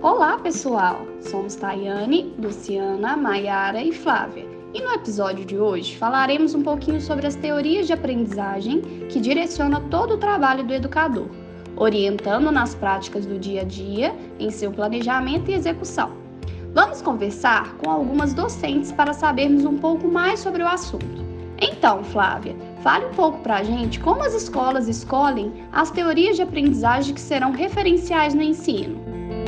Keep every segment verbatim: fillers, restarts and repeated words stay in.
Olá, pessoal! Somos Tayane, Luciana, Maiara e Flávia. E no episódio de hoje falaremos um pouquinho sobre as teorias de aprendizagem que direcionam todo o trabalho do educador, orientando nas práticas do dia a dia, em seu planejamento e execução. Vamos conversar com algumas docentes para sabermos um pouco mais sobre o assunto. Então, Flávia, fale um pouco para a gente como as escolas escolhem as teorias de aprendizagem que serão referenciais no ensino.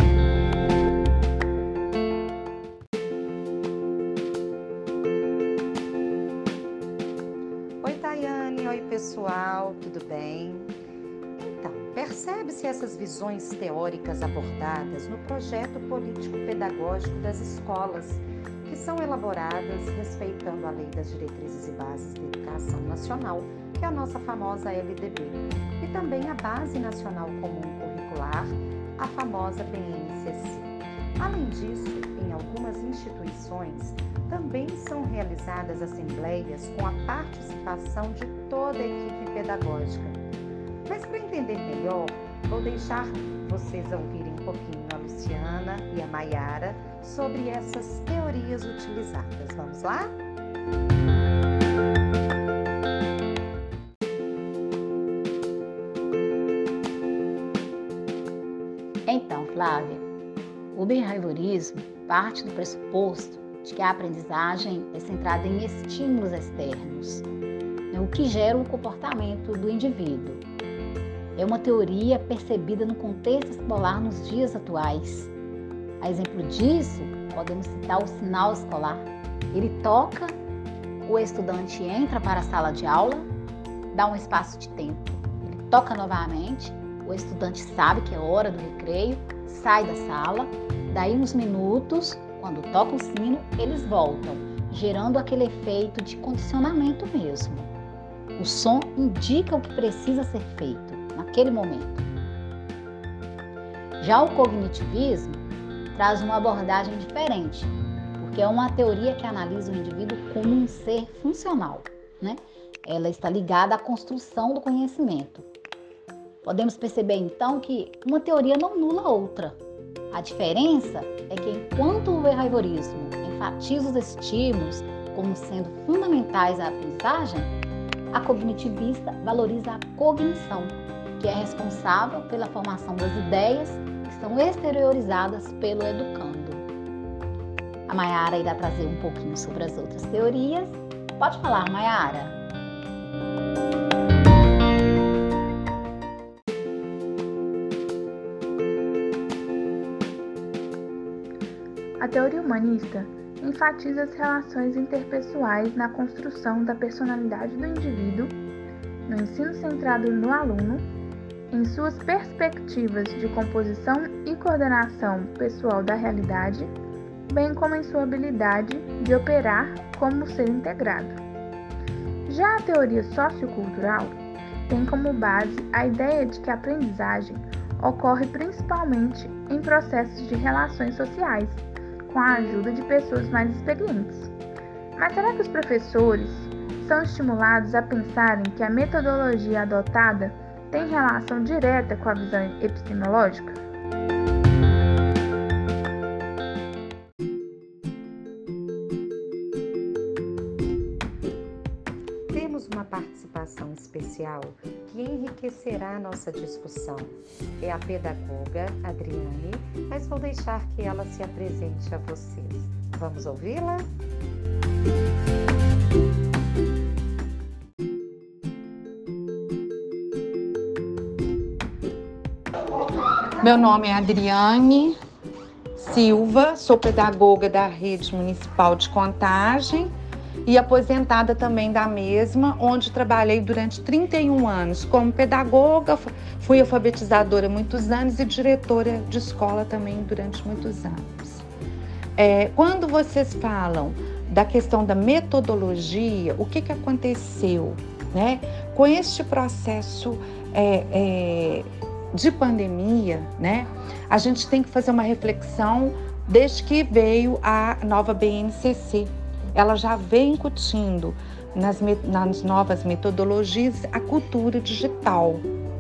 Oi, Tayane. Oi, pessoal. Tudo bem? Então, percebe-se essas visões teóricas abordadas no projeto político-pedagógico das escolas, que são elaboradas respeitando a Lei das Diretrizes e Bases da Educação Nacional, que é a nossa famosa L D B, e também a Base Nacional Comum Curricular, a famosa B N C C. Além disso, em algumas instituições, também são realizadas assembleias com a participação de toda a equipe pedagógica. Mas para entender melhor, vou deixar vocês ouvirem um pouquinho a Luciana e a Maiara sobre essas teorias utilizadas. Vamos lá? Então, Flávia, o behaviorismo parte do pressuposto de que a aprendizagem é centrada em estímulos externos, né, o que gera o comportamento do indivíduo. É uma teoria percebida no contexto escolar nos dias atuais. A exemplo disso, podemos citar o sinal escolar. Ele toca, o estudante entra para a sala de aula, dá um espaço de tempo. Ele toca novamente, o estudante sabe que é hora do recreio, sai da sala, daí uns minutos, quando toca o sino, eles voltam, gerando aquele efeito de condicionamento mesmo. O som indica o que precisa ser feito naquele momento. Já o cognitivismo traz uma abordagem diferente, porque é uma teoria que analisa o indivíduo como um ser funcional, né? Ela está ligada à construção do conhecimento. Podemos perceber então que uma teoria não anula a outra. A diferença é que enquanto o behaviorismo enfatiza os estímulos como sendo fundamentais à aprendizagem, a cognitivista valoriza a cognição, que é responsável pela formação das ideias que são exteriorizadas pelo educando. A Maiara irá trazer um pouquinho sobre as outras teorias. Pode falar, Maiara. A teoria humanista enfatiza as relações interpessoais na construção da personalidade do indivíduo, no ensino centrado no aluno, em suas perspectivas de composição e coordenação pessoal da realidade, bem como em sua habilidade de operar como ser integrado. Já a teoria sociocultural tem como base a ideia de que a aprendizagem ocorre principalmente em processos de relações sociais, com a ajuda de pessoas mais experientes. Mas será que os professores são estimulados a pensarem que a metodologia adotada tem relação direta com a visão epistemológica? Temos uma participação especial que enriquecerá a nossa discussão. É a pedagoga Adriane, mas vou deixar que ela se apresente a vocês. Vamos ouvi-la? Meu nome é Adriane Silva, sou pedagoga da Rede Municipal de Contagem e aposentada também da mesma, onde trabalhei durante trinta e um anos como pedagoga, fui alfabetizadora há muitos anos e diretora de escola também durante muitos anos. É, quando vocês falam da questão da metodologia, o que, que aconteceu, né? Com este processo é, é, de pandemia, né? A gente tem que fazer uma reflexão desde que veio a nova B N C C. Ela já vem incutindo nas, nas novas metodologias a cultura digital.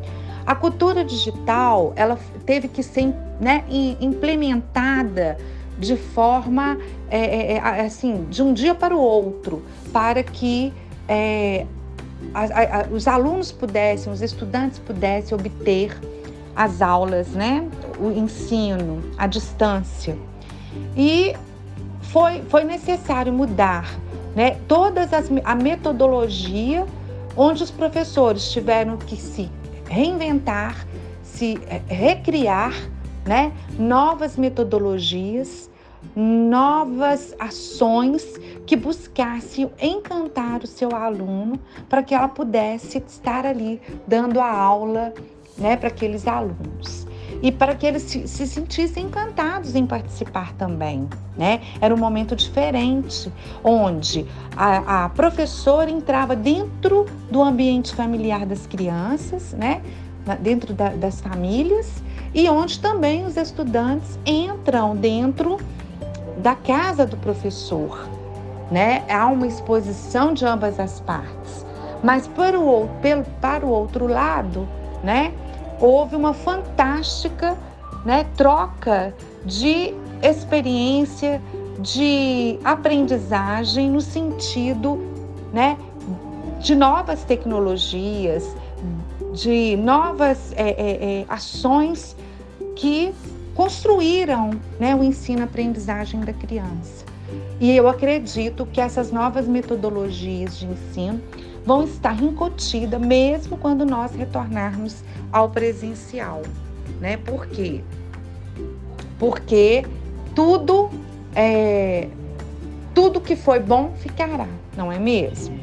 A cultura digital, ela teve que ser, né, implementada de forma, é, é, assim, de um dia para o outro, para que é, a, a, os alunos pudessem, os estudantes pudessem obter as aulas, né, o ensino à distância. E foi, foi necessário mudar, né, todas as, a metodologia, onde os professores tiveram que se reinventar, se recriar, né, novas metodologias, novas ações que buscassem encantar o seu aluno para que ela pudesse estar ali dando a aula, né, para aqueles alunos. E para que eles se, se sentissem encantados em participar também, né? Era um momento diferente, onde a, a professora entrava dentro do ambiente familiar das crianças, né? Dentro da, das famílias, e onde também os estudantes entram dentro da casa do professor, né? Há uma exposição de ambas as partes. Mas para o, pelo, para o outro lado, né? Houve uma fantástica, né, troca de experiência, de aprendizagem no sentido, né, de novas tecnologias, de novas é, é, é, ações que construíram, né, o ensino-aprendizagem da criança. E eu acredito que essas novas metodologias de ensino vão estar incutidas mesmo quando nós retornarmos ao presencial, né? Por quê? Porque tudo, é, tudo que foi bom ficará, não é mesmo?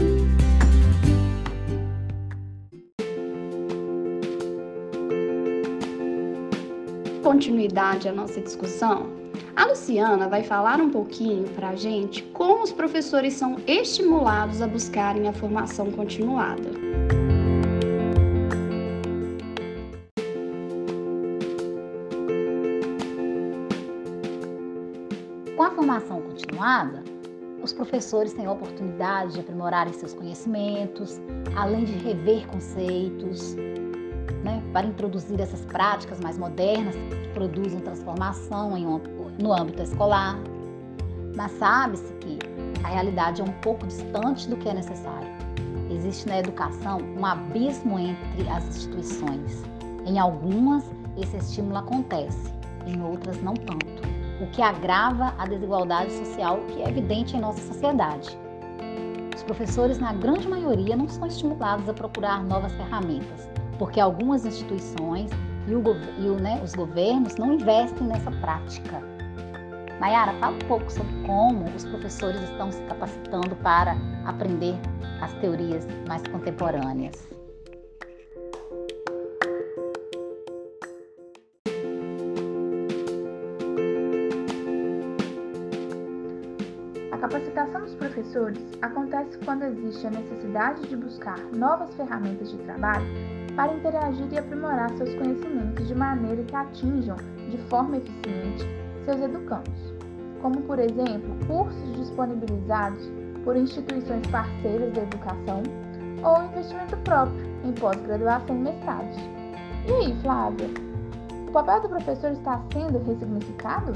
Continuidade à nossa discussão, a Luciana vai falar um pouquinho para a gente como os professores são estimulados a buscarem a formação continuada. Com a formação continuada, os professores têm a oportunidade de aprimorarem seus conhecimentos, além de rever conceitos, né, para introduzir essas práticas mais modernas que produzem transformação em um, no âmbito escolar. Mas sabe-se que a realidade é um pouco distante do que é necessário. Existe na educação um abismo entre as instituições. Em algumas, esse estímulo acontece, em outras não tanto, o que agrava a desigualdade social que é evidente em nossa sociedade. Os professores, na grande maioria, não são estimulados a procurar novas ferramentas, porque algumas instituições e, o, e o, né, os governos não investem nessa prática. Maiara, fala um pouco sobre como os professores estão se capacitando para aprender as teorias mais contemporâneas. A capacitação dos professores acontece quando existe a necessidade de buscar novas ferramentas de trabalho para interagir e aprimorar seus conhecimentos de maneira que atinjam de forma eficiente seus educandos, como, por exemplo, cursos disponibilizados por instituições parceiras da educação ou investimento próprio em pós-graduação e mestrados. E aí, Flávia, o papel do professor está sendo ressignificado?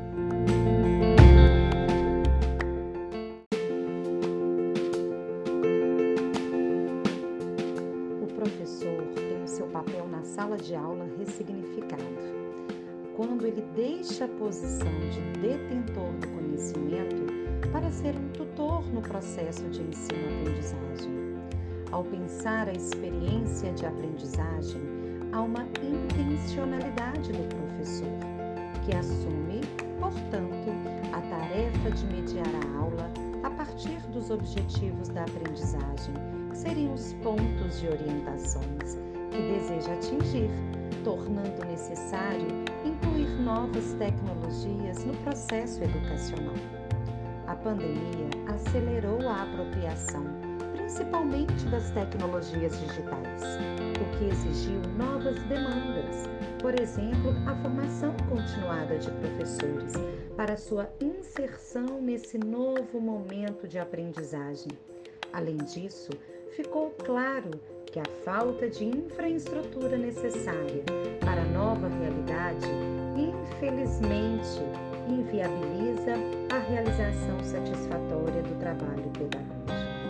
Sala de aula ressignificado, quando ele deixa a posição de detentor do conhecimento para ser um tutor no processo de ensino-aprendizagem. Ao pensar a experiência de aprendizagem, há uma intencionalidade do professor, que assume, portanto, a tarefa de mediar a aula a partir dos objetivos da aprendizagem, que seriam os pontos de orientações que deseja atingir, tornando necessário incluir novas tecnologias no processo educacional. A pandemia acelerou a apropriação, principalmente das tecnologias digitais, o que exigiu novas demandas, por exemplo, a formação continuada de professores para sua inserção nesse novo momento de aprendizagem. Além disso, ficou claro que a falta de infraestrutura necessária para a nova realidade, infelizmente, inviabiliza a realização satisfatória do trabalho pedagógico.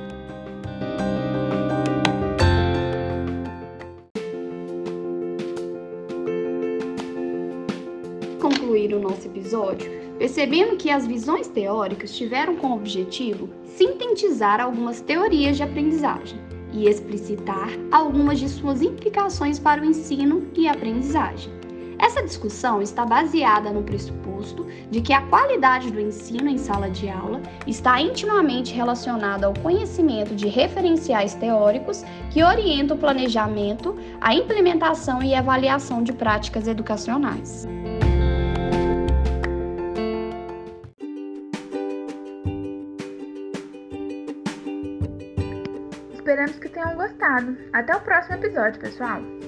Concluir o nosso episódio, percebendo que as visões teóricas tiveram como objetivo sintetizar algumas teorias de aprendizagem e explicitar algumas de suas implicações para o ensino e aprendizagem. Essa discussão está baseada no pressuposto de que a qualidade do ensino em sala de aula está intimamente relacionada ao conhecimento de referenciais teóricos que orientam o planejamento, a implementação e avaliação de práticas educacionais. Esperamos que tenham gostado. Até o próximo episódio, pessoal!